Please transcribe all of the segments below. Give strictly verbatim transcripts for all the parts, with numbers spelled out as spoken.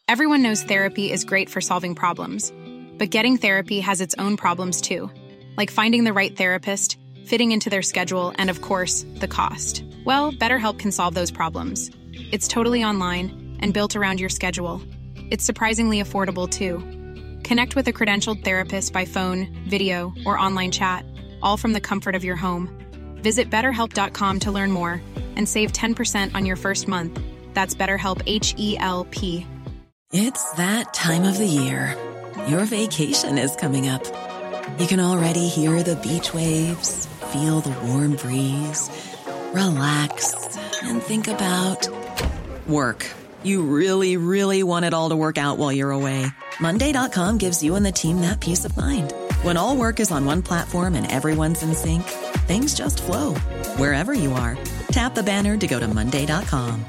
Everyone knows therapy is great for solving problems, but getting therapy has its own problems too, like finding the right therapist, fitting into their schedule, and of course, the cost. Well, BetterHelp can solve those problems. It's totally online and built around your schedule. It's surprisingly affordable too. Connect with a credentialed therapist by phone, video, or online chat, all from the comfort of your home. Visit better help dot com to learn more and save ten percent on your first month. That's BetterHelp, H E L P. It's that time of the year. Your vacation is coming up. You can already hear the beach waves, feel the warm breeze, relax, and think about work. You really, really want it all to work out while you're away. Monday dot com gives you and the team that peace of mind. When all work is on one platform and everyone's in sync, things just flow. Wherever you are, tap the banner to go to Monday dot com.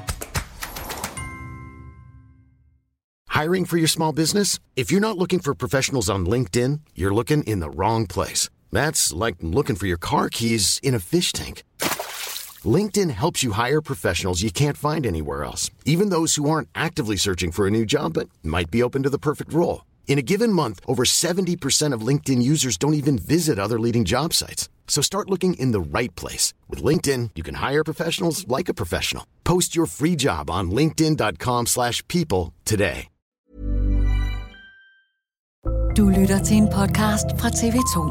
Hiring for your small business? If you're not looking for professionals on LinkedIn, you're looking in the wrong place. That's like looking for your car keys in a fish tank. LinkedIn helps you hire professionals you can't find anywhere else, even those who aren't actively searching for a new job but might be open to the perfect role. In a given month, over seventy percent of LinkedIn users don't even visit other leading job sites. So start looking in the right place. With LinkedIn, you can hire professionals like a professional. Post your free job on linkedin dot com slash people today. Du lytter til en podcast fra T V to.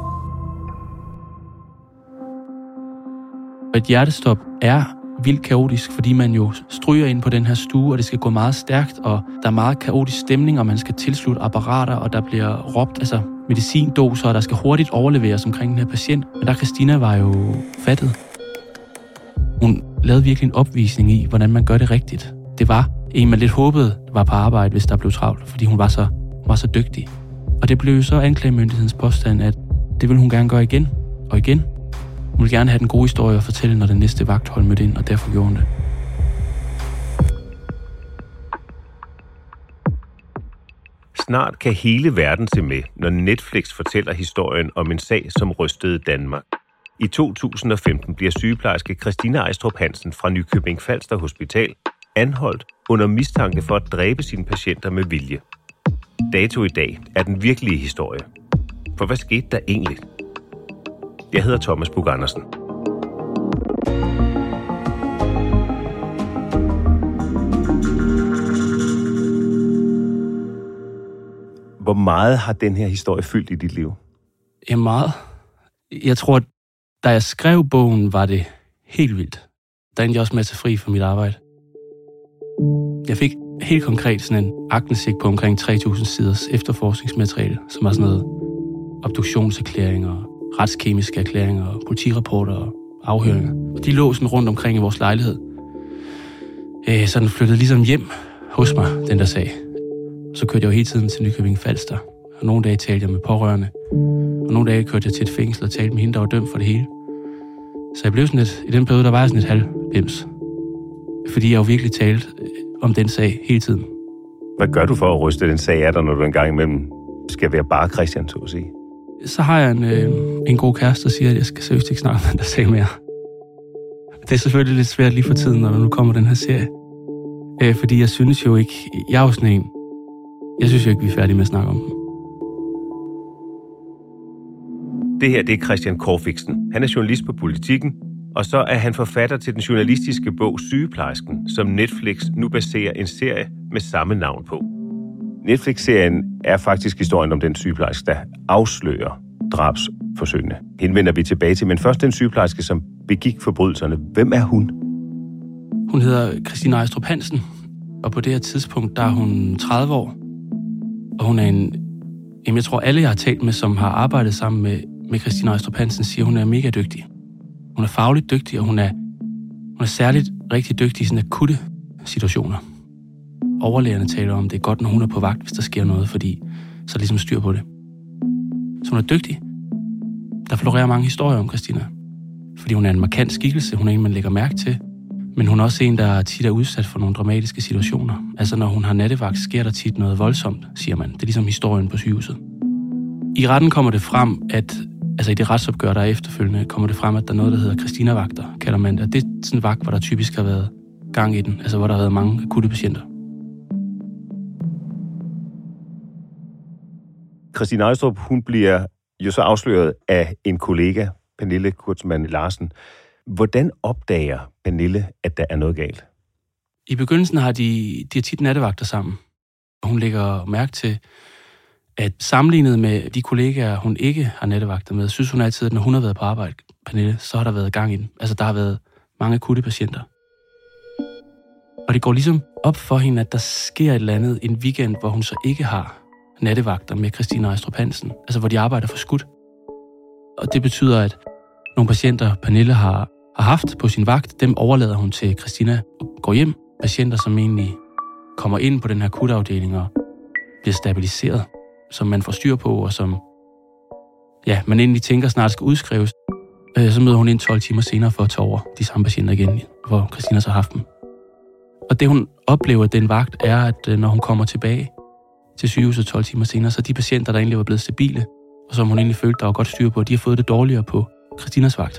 Et hjertestop er vildt kaotisk, fordi man jo stryger ind på den her stue, og det skal gå meget stærkt, og der er meget kaotisk stemning, og man skal tilslutte apparater, og der bliver råbt altså medicindoser, og der skal hurtigt overleveres omkring den her patient. Men der Christina var jo fattet. Hun lavede virkelig en opvisning i, hvordan man gør det rigtigt. Det var en, man lidt håbede var på arbejde, hvis der blev travlt, fordi hun var så, hun var så dygtig. Og det blev så anklagemyndighedens påstand, at det ville hun gerne gøre igen og igen. Hun ville gerne have den gode historie at fortælle, når den næste vagthold mødte ind, og derfor gjorde hun det. Snart kan hele verden se med, når Netflix fortæller historien om en sag, som rystede Danmark. I to tusind og femten bliver sygeplejerske Christina Ejstrup Hansen fra Nykøbing Falster Hospital anholdt under mistanke for at dræbe sine patienter med vilje. Dato i dag er den virkelige historie. For hvad skete der egentlig? Jeg hedder Thomas Buch Andersen. Hvor meget har den her historie fyldt i dit liv? Ja, meget. Jeg tror, da jeg skrev bogen, var det helt vildt. Der endte jeg også med at tage fri fra mit arbejde. Jeg fik helt konkret sådan en aktindsigt på omkring tre tusind siders efterforskningsmateriale, som var sådan noget obduktionserklæringer, retskemiske erklæringer, politirapporter og afhøringer. Og de lå sådan rundt omkring i vores lejlighed. Øh, så den flyttede ligesom hjem hos mig, den der sag. Så kørte jeg jo hele tiden til Nykøbing Falster. Og nogle dage talte jeg med pårørende. Og nogle dage kørte jeg til et fængsel og talte med hende, der var dømt for det hele. Så jeg blev sådan lidt, i den periode, der var jeg sådan et halvbims. Fordi jeg jo virkelig talte om den sag hele tiden. Hvad gør du for at ryste den sag af dig, når du engang imellem skal være bare Christian, så at sige? Så har jeg en, øh, en god kæreste, der siger, at jeg skal seriøst ikke snakke om den der sag mere. Det er selvfølgelig lidt svært lige for tiden, når nu kommer den her serie. Øh, fordi jeg synes jo ikke, jeg er jo sådan en, jeg synes jo ikke, vi er færdige med at snakke om den. Det her, det er Christian Corfixen. Han er journalist på Politiken, og så er han forfatter til den journalistiske bog Sygeplejersken, som Netflix nu baserer en serie med samme navn på. Netflix-serien er faktisk historien om den sygeplejerske, der afslører drabsforsøgene. Hende vender vi tilbage til, men først den sygeplejerske, som begik forbrydelserne. Hvem er hun? Hun hedder Christina Ejstrup Hansen, og på det her tidspunkt, der er hun tredive år. Og hun er en, jamen jeg tror alle, jeg har talt med, som har arbejdet sammen med, med Christina Ejstrup Hansen, siger, hun er mega dygtig. Hun er fagligt dygtig, og hun er, hun er særligt rigtig dygtig i sådan akutte situationer. Overlægerne taler om, det er godt, når hun er på vagt, hvis der sker noget, fordi så er ligesom styr på det. Så hun er dygtig. Der florerer mange historier om Christina. Fordi hun er en markant skikkelse, hun er en, man lægger mærke til. Men hun er også en, der tit er udsat for nogle dramatiske situationer. Altså når hun har nattevagt, sker der tit noget voldsomt, siger man. Det er ligesom historien på sygehuset. I retten kommer det frem, at altså i det retsopgør, der er efterfølgende, kommer det frem, at der er noget, der hedder Christina-vagter, kalder man det. Det er sådan en vagt, hvor der typisk har været gang i den, altså hvor der har været mange akutte patienter. Christine Ajstrup, hun bliver jo så afsløret af en kollega, Pernille Kurtzmann Larsen. Hvordan opdager Pernille, at der er noget galt? I begyndelsen har de, de har tit nattevagter sammen. Hun lægger mærke til, at sammenlignet med de kollegaer, hun ikke har nattevagter med, synes hun altid, at når hun har været på arbejde, Pernille, så har der været gang i den. Altså, der har været mange akutte patienter. Og det går ligesom op for hende, at der sker et eller andet en weekend, hvor hun så ikke har nattevagter med Christine Ajstrup Hansen. Altså, hvor de arbejder for skudt. Og det betyder, at nogle patienter, Pernille har, har haft på sin vagt, dem overlader hun til Christina og går hjem. Patienter, som egentlig kommer ind på den her akutafdeling og bliver stabiliseret, som man får styr på, og som ja, man egentlig tænker snart skal udskrives. Så møder hun ind tolv timer senere for at tage over de samme patienter igen, hvor Christina så har haft dem. Og det, hun oplever den vagt, er, at når hun kommer tilbage til sygehuset tolv timer senere, så de patienter, der egentlig var blevet stabile, og som hun egentlig følte, der var godt styr på, de har fået det dårligere på Christinas vagt.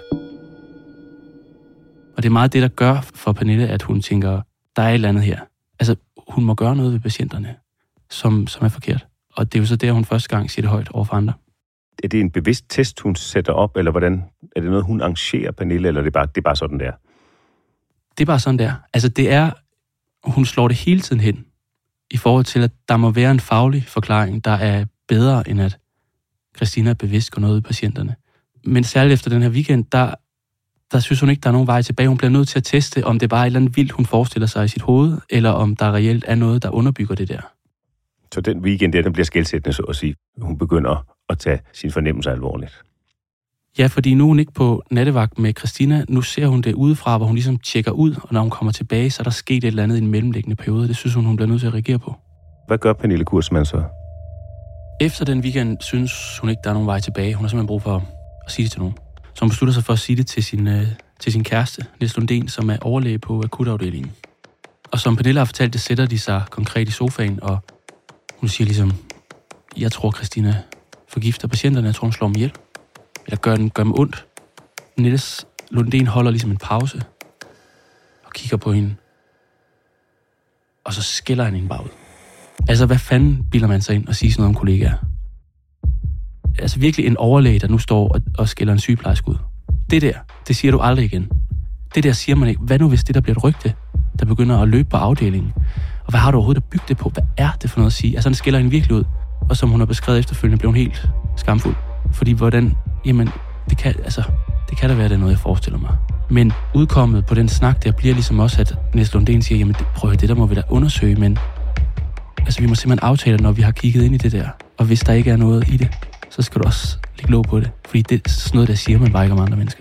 Og det er meget det, der gør for Pernille, at hun tænker, der er et eller andet her. Altså, hun må gøre noget ved patienterne, som, som er forkert. Og det er jo så der, hun første gang siger det højt over for andre. Er det en bevidst test, hun sætter op, eller hvordan? Er det noget, hun arrangerer, Pernille, eller er det bare, det er bare sådan der? Det er bare sådan der. Altså, det er, hun slår det hele tiden hen, i forhold til, at der må være en faglig forklaring, der er bedre, end at Christina bevidst går noget ud af patienterne. Men særligt efter den her weekend, der, der synes hun ikke, der er nogen vej tilbage. Hun bliver nødt til at teste, om det bare er et eller andet vildt, hun forestiller sig i sit hoved, eller om der reelt er noget, der underbygger det der. Så den weekend der, den bliver skelsættende, så at sige. Hun begynder at tage sine fornemmelser alvorligt. Ja, fordi nu er hun ikke på nattevagt med Christina. Nu ser hun det udefra, hvor hun ligesom tjekker ud, og når hun kommer tilbage, så er der sket et eller andet i en mellemliggende periode. Det synes hun, hun bliver nødt til at reagere på. Hvad gør Pernille Kurtzmann så? Efter den weekend synes hun ikke, der er nogen vej tilbage. Hun har simpelthen brug for at sige det til nogen. Så hun beslutter sig for at sige det til sin, øh, til sin kæreste, Niels Lundén, som er overlæge på akutafdelingen. Og som Pernille har fortalt, det sætter de sig konkret i sofaen, og hun siger ligesom, jeg tror, Christina forgifter patienterne. Jeg tror, hun slår dem ihjel. Eller gør, den, gør dem ondt. Niels Lundén holder ligesom en pause og kigger på hende. Og så skælder han hende bare ud. Altså, hvad fanden bilder man sig ind og siger sådan noget om kollegaer? Altså virkelig en overlæge, der nu står og, og skælder en sygeplejerske ud. Det der, det siger du aldrig igen. Det der siger man ikke. Hvad nu, hvis det der bliver et rygte, der begynder at løbe på afdelingen? Og hvad har du overhovedet at bygge det på? Hvad er det for noget at sige? Altså, han skælder hende virkelig ud. Og som hun har beskrevet efterfølgende, blev hun helt skamfuld. Fordi hvordan, jamen, det kan, altså, det kan da være, det er noget, jeg forestiller mig. Men udkommet på den snak, der bliver ligesom også, at Niels Lundén siger, jamen, prøv at det der må vi da undersøge, men altså, vi må simpelthen aftale, når vi har kigget ind i det der. Og hvis der ikke er noget i det, så skal du også lægge låg på det. Fordi det er sådan noget, der siger man bare ikke om andre mennesker.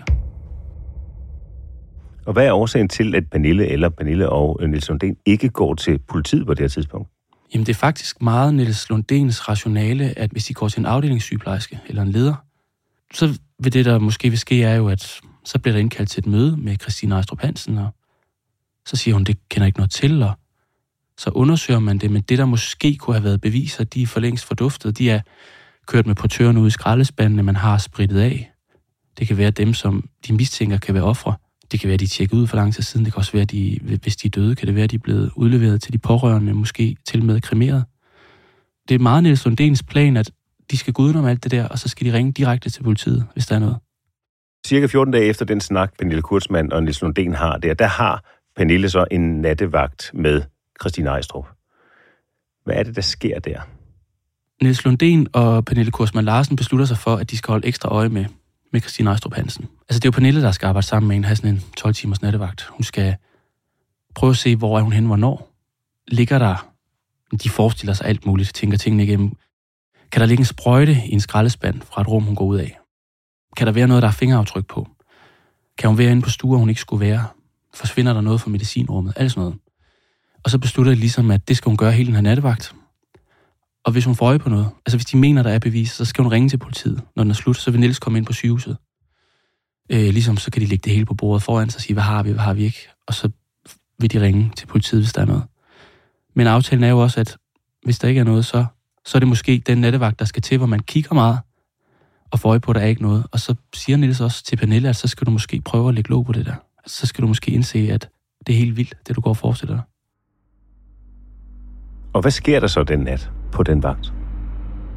Og hvad er årsagen til, at Pernille eller Pernille og Niels Lundén ikke går til politiet på det her tidspunkt? Jamen, det er faktisk meget Niels Lundéns rationale, at hvis de går til en afdelingssygeplejerske eller en leder, så vil det, der måske vil ske, er jo, at så bliver der indkaldt til et møde med Christine Ajstrup Hansen, og så siger hun, det kender ikke noget til, og så undersøger man det, men det, der måske kunne have været beviser, de er for længst forduftet. De er kørt med portørerne ud i skraldespandene, man har spritet af. Det kan være dem, som de mistænker kan være ofre. Det kan være, at de er tjekket ud for lang tid siden. Det kan også være, at de, hvis de er døde, kan det være, at de er blevet udleveret til de pårørende, måske til med kremeret. Det er meget Niels Lundéns plan, at de skal gå udenom alt det der, og så skal de ringe direkte til politiet, hvis der er noget. Cirka fjorten dage efter den snak, Pernille Kurtzmann og Niels Lundén har der, der har Pernille så en nattevagt med Christine Ajstrup. Hvad er det, der sker der? Niels Lundén og Pernille Kurtzmann Larsen beslutter sig for, at de skal holde ekstra øje med, med Christine Ajstrup Hansen. Altså, det er jo Pernille, der skal arbejde sammen med hende, have sådan en tolv timers nattevagt. Hun skal prøve at se, hvor er hun henne, hvornår. Ligger der, de forestiller sig alt muligt, tænker tingene igennem. Kan der ligge en sprøjte i en skraldespand fra et rum, hun går ud af? Kan der være noget, der er fingeraftryk på? Kan hun være inde på stuer, hun ikke skulle være? Forsvinder der noget fra medicinrummet? Alt sådan noget. Og så beslutter de ligesom, at det skal hun gøre hele den her nattevagt. Og hvis hun får øje på noget, altså hvis de mener, der er bevis, så skal hun ringe til politiet. Når den er slut, så vil Niels komme ind på sygehuset. Øh, ligesom så kan de lægge det hele på bordet foran sig og sige, hvad har vi, hvad har vi ikke? Og så vil de ringe til politiet, hvis der er noget. Men aftalen er jo også, at hvis der ikke er noget, så, så er det måske den nattevagt, der skal til, hvor man kigger meget og får øje på, at der er ikke noget. Og så siger Niels også til Pernille, at så skal du måske prøve at lægge låg på det der. Så skal du måske indse, at det er helt vildt, det du går og forestiller dig. Og hvad sker der så den nat på den vagt?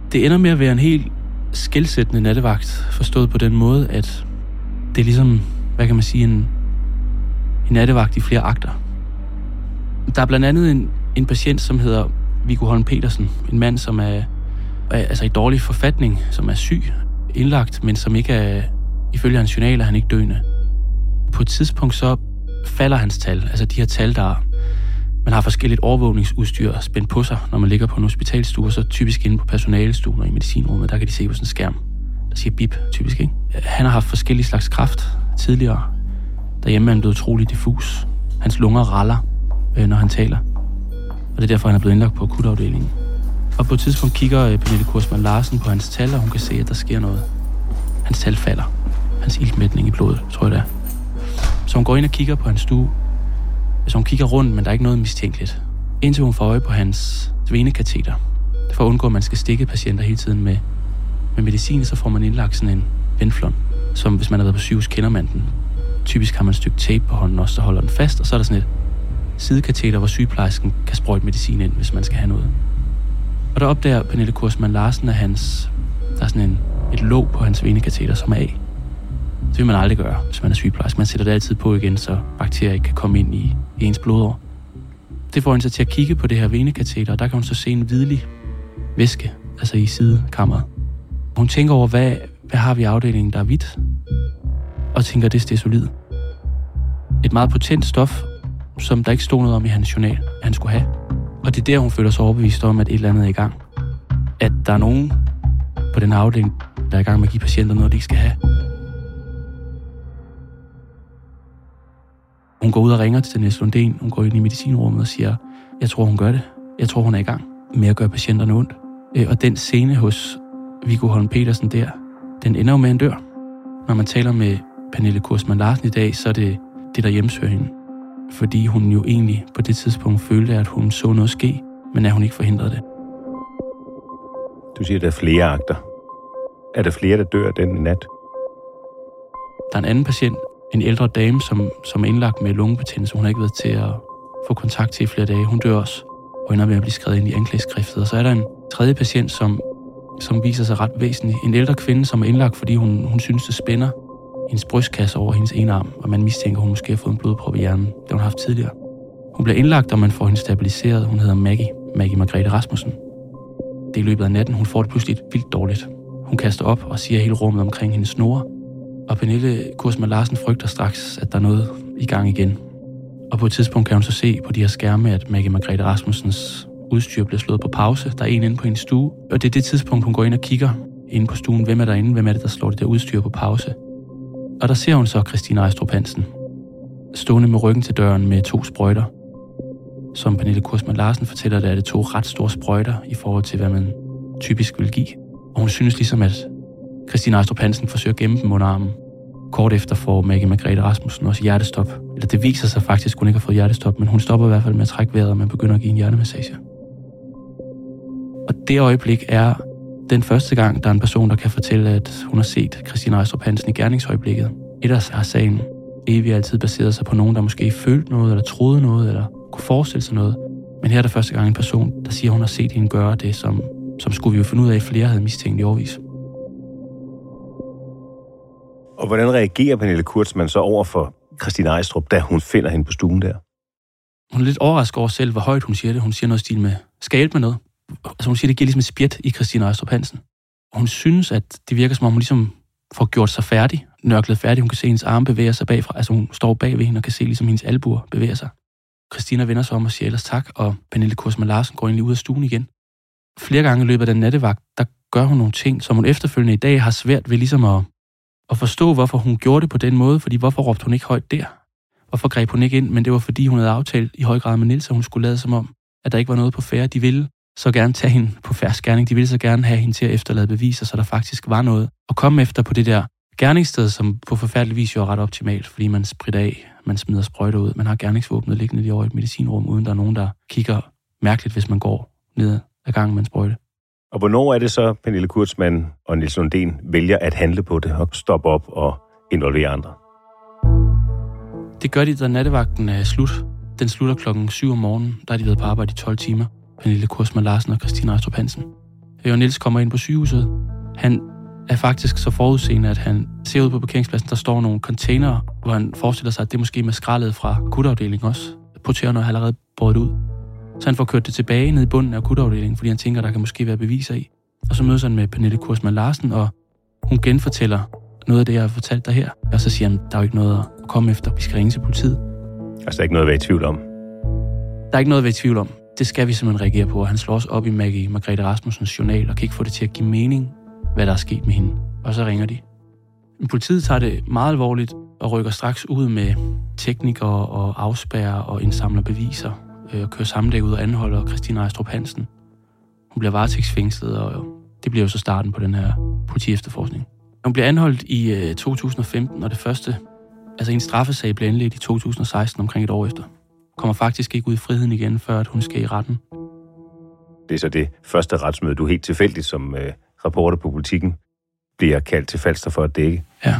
Det ender med at være en helt skelsættende nattevagt, forstået på den måde, at det er ligesom, hvad kan man sige, en, en nattevagt i flere akter. Der er blandt andet en, en patient, som hedder Viggo Holm Petersen, en mand, som er, er altså i dårlig forfatning, som er syg, indlagt, men som ikke er, ifølge hans journaler, han ikke døende. På et tidspunkt så falder hans tal, altså de her tal, der man har forskelligt overvågningsudstyr spændt på sig, når man ligger på en hospitalstue, så typisk inde på personalestuen og i medicinrummet, der kan de se på sådan en skærm, der siger bip, typisk, ikke? Han har haft forskellige slags kræft tidligere. Derhjemme er han blevet utrolig diffus. Hans lunger raller, når han taler. Og det er derfor, han er blevet indlagt på akutafdelingen. Og på et tidspunkt kigger Pernille Kursmann Larsen på hans tal, og hun kan se, at der sker noget. Hans tal falder. Hans iltmætning i blodet, tror jeg det er. Så hun går ind og kigger på hans stue. Så hun kigger rundt, men der er ikke noget mistænkeligt. Indtil hun får øje på hans venekateter. For at undgå, at man skal stikke patienter hele tiden med, med medicin, så får man indlagt sådan en venflon, som hvis man har været på sygehus, kender man den. Typisk har man et stykke tape på hånden også, der holder den fast, og så er der sådan et sidekateter, hvor sygeplejersken kan sprøjte medicin ind, hvis man skal have noget. Og der opdager Pernille Kursmann Larsen, at hans, der er sådan en, et låg på hans venekateter, som er af. Det vil man aldrig gøre, hvis man er sygeplejerske. Man sætter det altid på igen, så bakterier ikke kan komme ind i, i ens blodår. Det får hende så til at kigge på det her venekateter, og der kan hun så se en hvidlig væske, altså i sidekammeret. Hun tænker over, hvad, hvad har vi i afdelingen, der er hvidt? Og tænker, det er stesolid. Et meget potent stof, som der ikke stod noget om i hans journal, at han skulle have. Og det er der, hun føler sig overbevist om, at et eller andet er i gang. At der er nogen på den afdeling, der er i gang med at give patienter noget, de ikke skal have. Hun går ud og ringer til Niels Lundén. Hun går ind i medicinrummet og siger, jeg tror, hun gør det. Jeg tror, hun er i gang med at gøre patienterne ondt. Og den scene hos Viggo Holm Petersen der, den ender jo med en dør. Når man taler med Pernille Kursmann Larsen i dag, så er det det, der hjemsøger hende. Fordi hun jo egentlig på det tidspunkt følte, at hun så noget ske, men at hun ikke forhindrede det. Du siger, at der er flere akter. Er der flere, der dør den nat? Der er en anden patient, en ældre dame, som, som er indlagt med lungebetændelse. Hun har ikke været til at få kontakt til i flere dage. Hun dør også, og ender med at blive skrevet ind i anklageskriftet. Og så er der en tredje patient, som, som viser sig ret væsentlig. En ældre kvinde, som er indlagt, fordi hun, hun synes, det spænder hendes brystkasse over hendes ene arm, og man mistænker, at hun måske har fået en blodprop i hjernen. Det har hun haft tidligere. Hun bliver indlagt, og man får hende stabiliseret. Hun hedder Maggie. Maggie Margrethe Rasmussen. Det er i løbet af natten. Hun får det pludselig vildt dårligt. Hun kaster op og siger hele rummet omkring hendes snore. Og Pernille Kursmann Larsen frygter straks, at der er noget i gang igen. Og på et tidspunkt kan hun så se på de her skærme, at Maggie Margrethe Rasmussens udstyr bliver slået på pause. Der er en inde på hendes stue. Og det er det tidspunkt, hun går ind og kigger inde på stuen. Hvem er derinde? Hvem er det, der slår det der udstyr på pause? Og der ser hun så Christina Ejstrup Hansen, stående med ryggen til døren med to sprøjter. Som Pernille Kursmann Larsen fortæller, der er det to ret store sprøjter i forhold til, hvad man typisk vil give. Og hun synes ligesom, at Christina Ejstrup Hansen forsøger at gemme dem under armen. Kort efter får Maggie Margrethe Rasmussen også hjertestop. Eller det viser sig faktisk, at hun ikke har fået hjertestop, men hun stopper i hvert fald med at trække vejret, og man begynder at give en hjertemassage. Og det øjeblik er den første gang, der er en person, der kan fortælle, at hun har set Christina Ejstrup Hansen i gerningsøjeblikket. Ellers har sagen evigt altid baseret sig på nogen, der måske følte noget, eller troede noget, eller kunne forestille sig noget. Men her er der første gang en person, der siger, at hun har set hende gøre det, som, som skulle vi jo finde ud af, at flere havde mistænkt i årevis. Og hvordan reagerer Pernille Kursmann så over for Christina Ejstrup, da hun finder hende på stuen der? Hun er lidt overrasket over selv, hvor højt hun siger det. Hun siger noget stil med, skal jeg hjælpe med noget? Altså hun siger, det giver ligesom et spjæt i Christina Ejstrup Hansen. Hun synes, at det virker som om, hun ligesom får gjort sig færdig, nørklet færdig. Hun kan se, at hendes arme bevæger sig bagfra. Altså hun står bag ved hende og kan se, ligesom hendes albuer bevæger sig. Christina vender sig om og siger ellers tak, og Pernille Kursmann Larsen går egentlig ud af stuen igen. Flere gange i løbet af den nattevagt, der gør hun nogle ting, som hun efterfølgende i dag har svært ved ligesom at, at forstå, hvorfor hun gjorde det på den måde, fordi hvorfor råbte hun ikke højt der? Hvorfor greb hun ikke ind? Men det var, fordi hun havde aftalt i høj grad med Niels, at hun skulle lade som om, at der ikke var noget på færre. De ville så gerne tage hende på fersk gerning. De ville så gerne have hende til at efterlade beviser, så der faktisk var noget at komme efter på det der gerningssted, som på forfærdelig vis jo er ret optimalt, fordi man spritter af, man smider sprøjter ud, man har gerningsvåbnet liggende lige over et medicinrum, uden der er nogen, der kigger mærkeligt, hvis man går ned ad gangen med en sprøjte. Og hvornår er det så, Pernille Kursmann og Niels Lundén vælger at handle på det og stoppe op og involvere andre? Det gør de, da nattevagten er slut. Den slutter klokken syv om morgenen. Der har de været på arbejde i tolv timer. Pernille Kursmann Larsen og Christina Ejstrup Hansen. Og Niels kommer ind på sygehuset. Han er faktisk så forudseende, at han ser ud på parkeringspladsen, der står nogle containere, hvor han forestiller sig, at det måske er med skraldet fra akutafdelingen også. Portørerne har allerede båret ud. Så han får kørt det tilbage ned i bunden af akutafdelingen, fordi han tænker, der kan måske være beviser i. Og så mødes han med Pernille Kursmann Larsen, og hun genfortæller noget af det, jeg har fortalt dig her. Og så siger han, der er jo ikke noget at komme efter. Vi skal ringe til politiet. Altså, der er ikke noget at være i tvivl om? Der er ikke noget at være i tvivl om. Det skal vi simpelthen reagere på. Han slår også op i Maggie Margrethe Rasmussens journal og kan ikke få det til at give mening, hvad der er sket med hende. Og så ringer de. Men politiet tager det meget alvorligt og rykker straks ud med teknikere og afspærrer og indsamler beviser og kører sammenlæg ud og anholder Christina Ejstrup Hansen. Hun bliver varetægtsfængslet, og det bliver jo så starten på den her politiefterforskning. Hun bliver anholdt i to tusind og femten, og det første, altså en straffesag, blev indledt i to tusind og seksten, omkring et år efter. Kommer faktisk ikke ud i friheden igen, før at hun skal i retten. Det er så det første retsmøde, du helt tilfældigt som øh, reporter på Politikken bliver kaldt til Falster for at dække. Ja.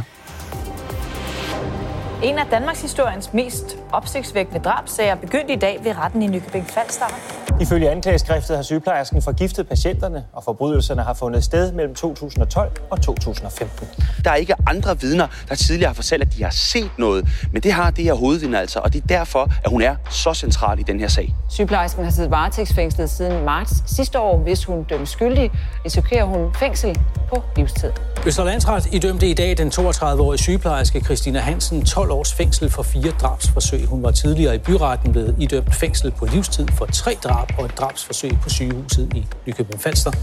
En af Danmarks historiens mest opsigtsvækkende drabsager begyndte i dag ved retten i Nykøbing Falster. Ifølge anklageskriftet har sygeplejersken forgiftet patienterne, og forbrydelserne har fundet sted mellem to tusind og tolv og to tusind og femten. Der er ikke andre vidner, der tidligere har fortalt, at de har set noget, men det har det her hovedvidne altså, og det er derfor, at hun er så central i den her sag. Sygeplejersken har siddet varetægtsfængslet siden marts sidste år. Hvis hun dømmes skyldig, risikerer hun fængsel på livstid. Østre Landsret idømte i dag den toogtredive-årige sygeplejerske Christina Hansen tolv års fængsel for fire drabsforsøg. Hun var tidligere i byretten blevet idømt fængsel på livstid for tre drab og et drabsforsøg på sygehuset i Nykøbing Falster.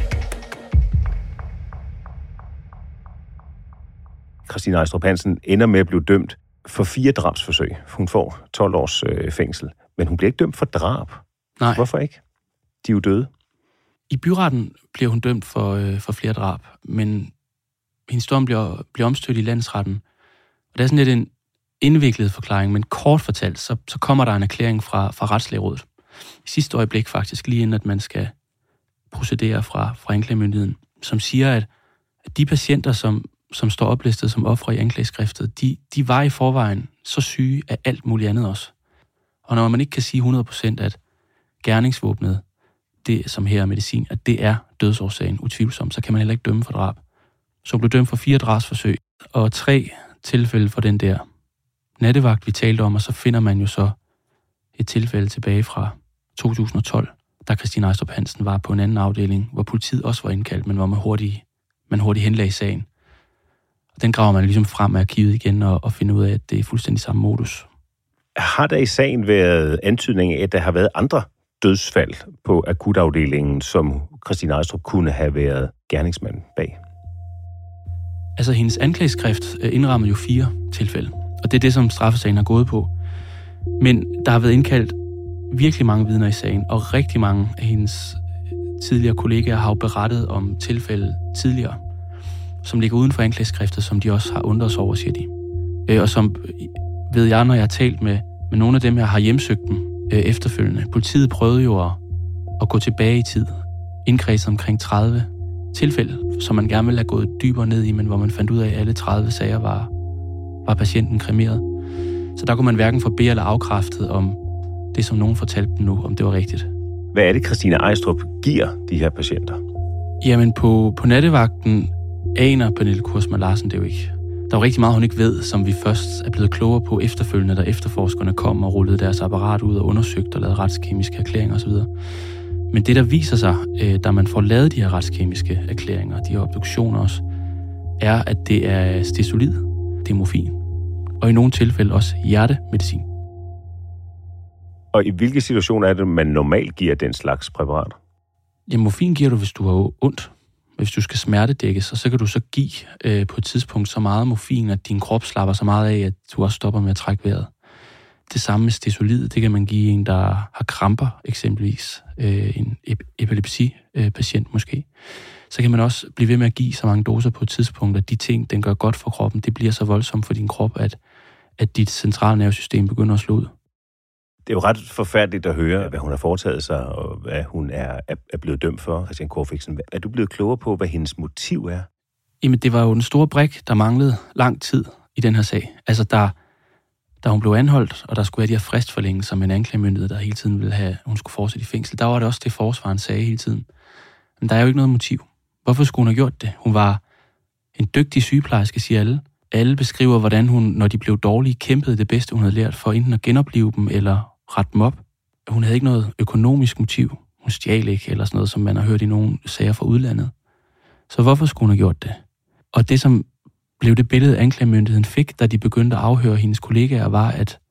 Christina Ejstrup Hansen ender med at blive dømt for fire drabsforsøg. Hun får tolv års øh, fængsel, men hun bliver ikke dømt for drab. Nej. Hvorfor ikke? De er jo døde. I byretten bliver hun dømt for, øh, for flere drab, men hendes dom bliver, bliver omstødt i landsretten. Og det er sådan lidt en indviklet forklaring, men kort fortalt, så, så kommer der en erklæring fra, fra Retslægerådet. I sidste øjeblik faktisk, lige inden at man skal procedere fra, fra anklagemyndigheden, som siger, at, at de patienter, som, som står oplistet som ofre i anklageskriftet, de, de var i forvejen så syge af alt muligt andet også. Og når man ikke kan sige hundrede procent, at gerningsvåbnet, det som her er medicin, at det er dødsårsagen utvivlsomt, så kan man heller ikke dømme for drab. Så hun blev dømt for fire drabsforsøg, og tre tilfælde for den der nattevagt, vi talte om, og så finder man jo så et tilfælde tilbage fra to tusind og tolv, da Christina Ejstrup Hansen var på en anden afdeling, hvor politiet også var indkaldt, men hvor man hurtigt, man hurtigt henlagde sagen. Og den graver man ligesom frem af arkivet igen og, og finder ud af, at det er fuldstændig samme modus. Har der i sagen været antydning af, at der har været andre dødsfald på akutafdelingen, som Christina Ejstrup kunne have været gerningsmanden bag? Altså, hendes anklageskrift indrammede jo fire tilfælde, og det er det, som straffesagen har gået på. Men der har været indkaldt virkelig mange vidner i sagen, og rigtig mange af hendes tidligere kollegaer har jo berettet om tilfælde tidligere, som ligger uden for anklageskriftet, som de også har undret sig over, siger de. Og som ved jeg, når jeg har talt med, med nogle af dem, jeg har hjemsøgt dem øh, efterfølgende. Politiet prøvede jo at, at gå tilbage i tid, indkredset omkring tredive tilfælde, som man gerne ville have gået dybere ned i, men hvor man fandt ud af, at alle tredive sager var, var patienten kremeret. Så der kunne man hverken få be- eller afkræftet om det, som nogen fortalte dem nu, om det var rigtigt. Hvad er det, Christina Ejstrup giver de her patienter? Jamen, på, på nattevagten aner Pernille Kursmann Larsen det jo ikke. Der er jo rigtig meget, hun ikke ved, som vi først er blevet klogere på efterfølgende, da efterforskerne kom og rullede deres apparat ud og undersøgte og lavede retskemiske erklæringer osv. Men det, der viser sig, da man får lavet de her retskemiske erklæringer, de her obduktioner også, er, at det er stesolid, det er morfin, og i nogle tilfælde også hjertemedicin. Og i hvilke situationer er det, man normalt giver den slags præparat? Ja, morfin giver du, hvis du har ondt. Hvis du skal smertedækkes, og så kan du så give øh, på et tidspunkt så meget morfin, at din krop slapper så meget af, at du også stopper med at trække vejret. Det samme med stesolid, det kan man give en, der har kramper, eksempelvis øh, en ep- epilepsi-patient øh, måske. Så kan man også blive ved med at give så mange doser på et tidspunkt, at de ting, den gør godt for kroppen, det bliver så voldsomt for din krop, at, at dit centralnervesystem begynder at slå ud. Det er jo ret forfærdeligt at høre, hvad hun har foretaget sig, og hvad hun er, er blevet dømt for, Christian Corfixen. Er du blevet klogere på, hvad hendes motiv er? Jamen, det var jo den store brik, der manglede lang tid i den her sag. Altså, der, da hun blev anholdt, og der skulle have de her fristforlængelser med en anklagemyndighed, der hele tiden ville have, hun skulle fortsætte i fængsel, der var det også det, forsvaren sagde hele tiden. Men der er jo ikke noget motiv. Hvorfor skulle hun have gjort det? Hun var en dygtig sygeplejerske, siger alle. Alle beskriver, hvordan hun, når de blev dårlige, kæmpede det bedste, hun havde lært for enten at genopleve dem eller rette dem op. Hun havde ikke noget økonomisk motiv. Hun stjal ikke, eller sådan noget, som man har hørt i nogle sager fra udlandet. Så hvorfor skulle hun have gjort det? Og det, som blev det billede, anklagemyndigheden fik, da de begyndte at afhøre hendes kollegaer, var, at,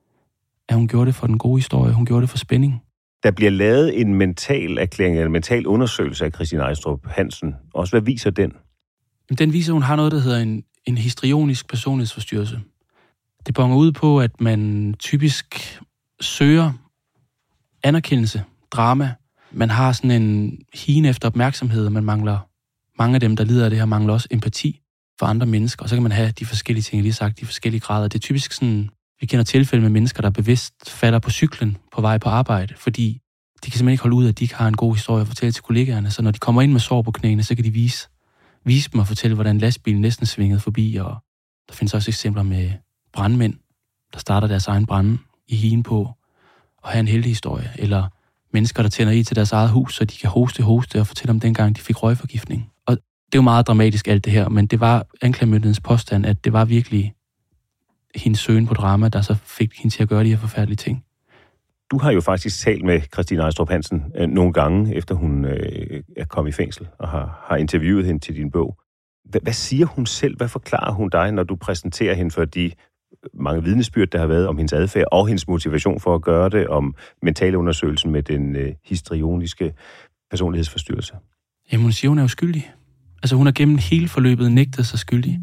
at hun gjorde det for den gode historie. Hun gjorde det for spænding. Der bliver lavet en mental erklæring, en mental undersøgelse af Christine Ajstrup Hansen. Også hvad viser den? Den viser, at hun har noget, der hedder en, en histrionisk personlighedsforstyrrelse. Det bonger ud på, at man typisk søger anerkendelse, drama. Man har sådan en hien efter opmærksomhed, og man mangler, mange af dem, der lider af det her, mangler også empati for andre mennesker. Og så kan man have de forskellige ting, jeg lige sagt, de forskellige grader. Det er typisk sådan, vi kender tilfælde med mennesker, der bevidst falder på cyklen på vej på arbejde, fordi de kan simpelthen ikke holde ud, at de ikke har en god historie at fortælle til kollegaerne. Så når de kommer ind med sår på knæene, så kan de vise, vise dem og fortælle, hvordan lastbilen næsten svingede forbi. Og der findes også eksempler med brandmænd, der starter deres egen brænde i hien på at have en heldig historie. Eller mennesker, der tænder i til deres eget hus, så de kan hoste, hoste og fortælle om dengang, de fik røgforgiftning. Og det er jo meget dramatisk alt det her, men det var anklagemyndighedens påstand, at det var virkelig hendes søgen på drama, der så fik hende til at gøre de her forfærdelige ting. Du har jo faktisk talt med Christine Ajstrup Hansen øh, nogle gange, efter hun øh, er kommet i fængsel, og har, har interviewet hende til din bog. H- hvad siger hun selv? Hvad forklarer hun dig, når du præsenterer hende for de mange vidnesbyrd, der har været om hendes adfærd, og hendes motivation for at gøre det, om mentalundersøgelsen med den øh, histrioniske personlighedsforstyrrelse? Jamen, hun siger, hun er jo skyldig. Altså, hun har gennem hele forløbet nægtet sig skyldig.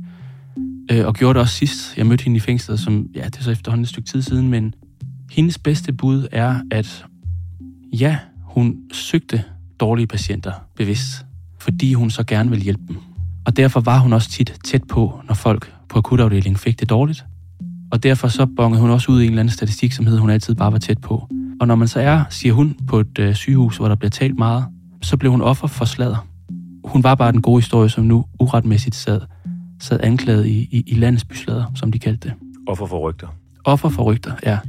Øh, og gjorde det også sidst. Jeg mødte hende i fængslet, som, ja, det er så efterhånden et stykke tid siden, men hendes bedste bud er, at ja, hun søgte dårlige patienter bevidst, fordi hun så gerne ville hjælpe dem. Og derfor var hun også tit tæt på, når folk på akutafdelingen fik det dårligt. Og derfor så bongede hun også ud i en eller anden statistik, som hed, hun altid bare var tæt på. Og når man så er, siger hun, på et øh, sygehus, hvor der bliver talt meget, så blev hun offer for sladder. Hun var bare den gode historie, som nu uretmæssigt sad, sad anklaget i, i, i landets bysladder, som de kaldte det. Offer for rygter. Offer for rygter, ja.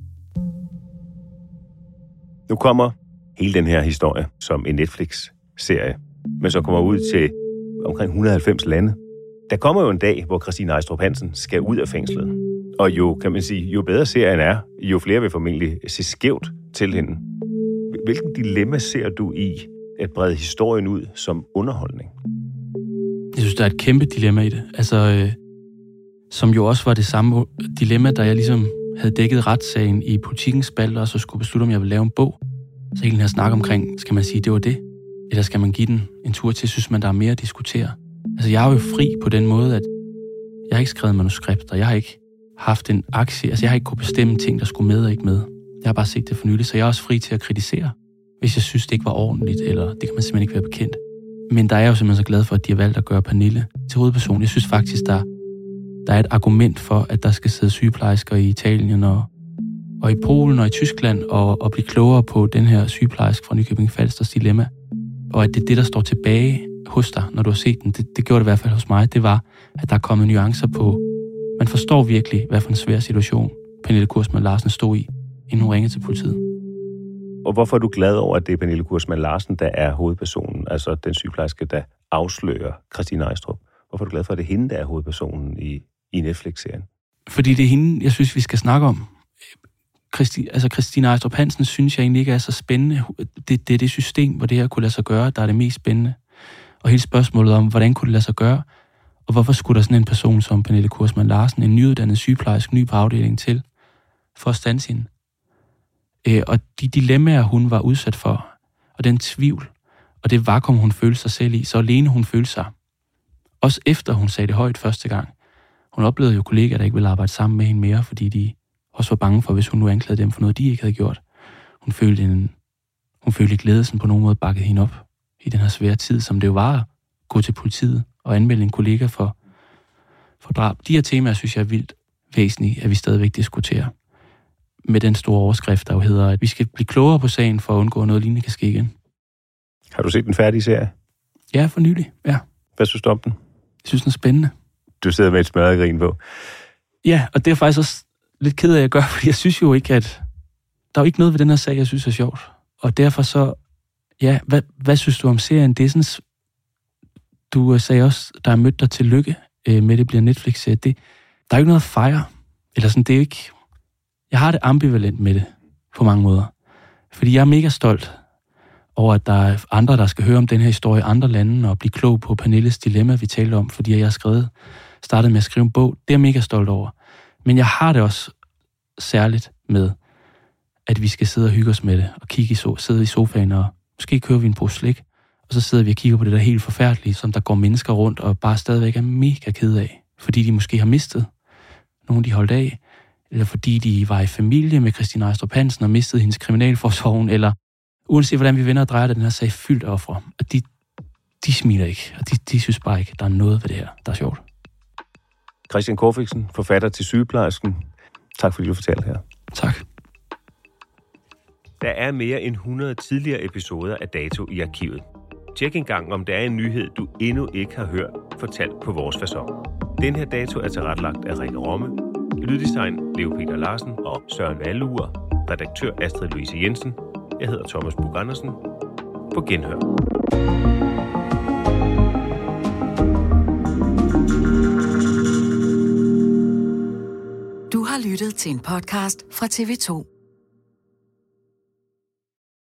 Nu kommer hele den her historie som en Netflix-serie, men så kommer ud til omkring et hundrede og halvfems lande. Der kommer jo en dag, hvor Christine Ajstrup Hansen skal ud af fængslet. Og jo, kan man sige, jo bedre serien er, jo flere vil formentlig se skævt til hende. Hvilken dilemma ser du i at brede historien ud som underholdning? Jeg synes, der er et kæmpe dilemma i det. Altså, øh, som jo også var det samme dilemma, da jeg ligesom havde dækket retssagen i Politikens spalter, og så skulle beslutte, om jeg ville lave en bog. Så hele den her snak omkring, skal man sige, det var det? Eller skal man give den en tur til, synes man, der er mere at diskutere? Altså, jeg er jo fri på den måde, at jeg har ikke skrevet manuskript, og jeg har ikke haft en aktie. Altså, jeg har ikke kunne bestemme ting, der skulle med og ikke med. Jeg har bare set det for nylig, så jeg er også fri til at kritisere, hvis jeg synes, det ikke var ordentligt, eller det kan man simpelthen ikke være bekendt. Men der er jeg jo simpelthen så glad for, at de har valgt at gøre Pernille til hovedperson. Jeg synes faktisk, der, der er et argument for, at der skal sidde sygeplejersker i Italien og, og i Polen og i Tyskland og, og blive klogere på den her sygeplejerske fra Nykøbing Falsters dilemma. Og at det er det, der står tilbage hos dig, når du har set den. Det, det gjorde det i hvert fald hos mig. Det var, at der er kommet nuancer på. Man forstår virkelig, hvad for en svær situation Pernille Kursmann Larsen stod i, inden hun ringede til politiet. Og hvorfor er du glad over, at det er Pernille Kursmann Larsen, der er hovedpersonen, altså den sygeplejerske, der afslører Christine Ajstrup? Hvorfor er du glad for, at det er hende, der er hovedpersonen i, i Netflix-serien? Fordi det er hende, jeg synes, vi skal snakke om. Christi, altså Christine Ajstrup Hansen synes jeg egentlig ikke er så spændende. Det, det er det system, hvor det her kunne lade sig gøre, der er det mest spændende. Og hele spørgsmålet om, hvordan kunne det lade sig gøre, og hvorfor skulle der sådan en person som Pernille Kursmann Larsen, en nyuddannet sygeplejerske, ny på afdelingen til, for at standse hende. Øh, og de dilemmaer, hun var udsat for, og den tvivl, og det vakuum, hun følte sig selv i, så alene hun følte sig. Også efter hun sagde det højt første gang. Hun oplevede jo kollegaer, der ikke ville arbejde sammen med hende mere, fordi de også var bange for, hvis hun nu anklagede dem for noget, de ikke havde gjort. Hun følte, en, hun følte ikke ledelsen på nogen måde bakket hende op i den her svære tid, som det jo var at gå til politiet og anmelde en kollega for, for drab. De her temaer, synes jeg er vildt væsentlige, at vi stadigvæk diskuterer. Med den store overskrift, der jo hedder, at vi skal blive klogere på sagen for at undgå, at noget lignende kan ske igen. Har du set den færdige serie? Ja, for nylig, ja. Hvad synes du om den? Jeg synes, den er spændende. Du sidder med et smørregrin på. Ja, og det er faktisk også lidt ked af, at jeg gør, fordi jeg synes jo ikke, at der er jo ikke noget ved den her sag, jeg synes er sjovt. Og derfor så Ja, hvad, hvad synes du om serien? Det er sådan, du sagde også, der er mødt dig til lykke øh, med, det bliver Netflix-serie. Det, der er jo ikke noget at fejre. Eller sådan, det er jo ikke... Jeg har det ambivalent med det, på mange måder. Fordi jeg er mega stolt over, at der er andre, der skal høre om den her historie i andre lande, og blive klog på Pernilles dilemma, vi talte om, fordi jeg har skrevet, startet med at skrive en bog. Det er jeg mega stolt over. Men jeg har det også særligt med, at vi skal sidde og hygge os med det, og kigge i so- sidde i sofaen, og måske kører vi en pose slik, og så sidder vi og kigger på det der helt forfærdelige, som der går mennesker rundt, og bare stadigvæk er mega ked af, fordi de måske har mistet nogen, de holdt af, eller fordi de var i familie med Christina Ajstrup Hansen og mistede hendes kriminalforsorgen, eller uanset hvordan vi vender og drejer det, den her sag fyldt ofre, og de, de smiler ikke, og de, de synes bare ikke, der er noget ved det her, der er sjovt. Christian Corfixen, forfatter til Sygeplejersken. Tak fordi du fortalte her. Tak. Der er mere end hundrede tidligere episoder af Dato i arkivet. Tjek engang, om der er en nyhed, du endnu ikke har hørt, fortalt på vores facon. Den her Dato er tilrettelagt af Rikke Romme, lyddesign Leo Peter Larsen og Søren Valure, redaktør Astrid Louise Jensen. Jeg hedder Thomas Bug Andersen. På genhør. Du har lyttet til en podcast fra T V to.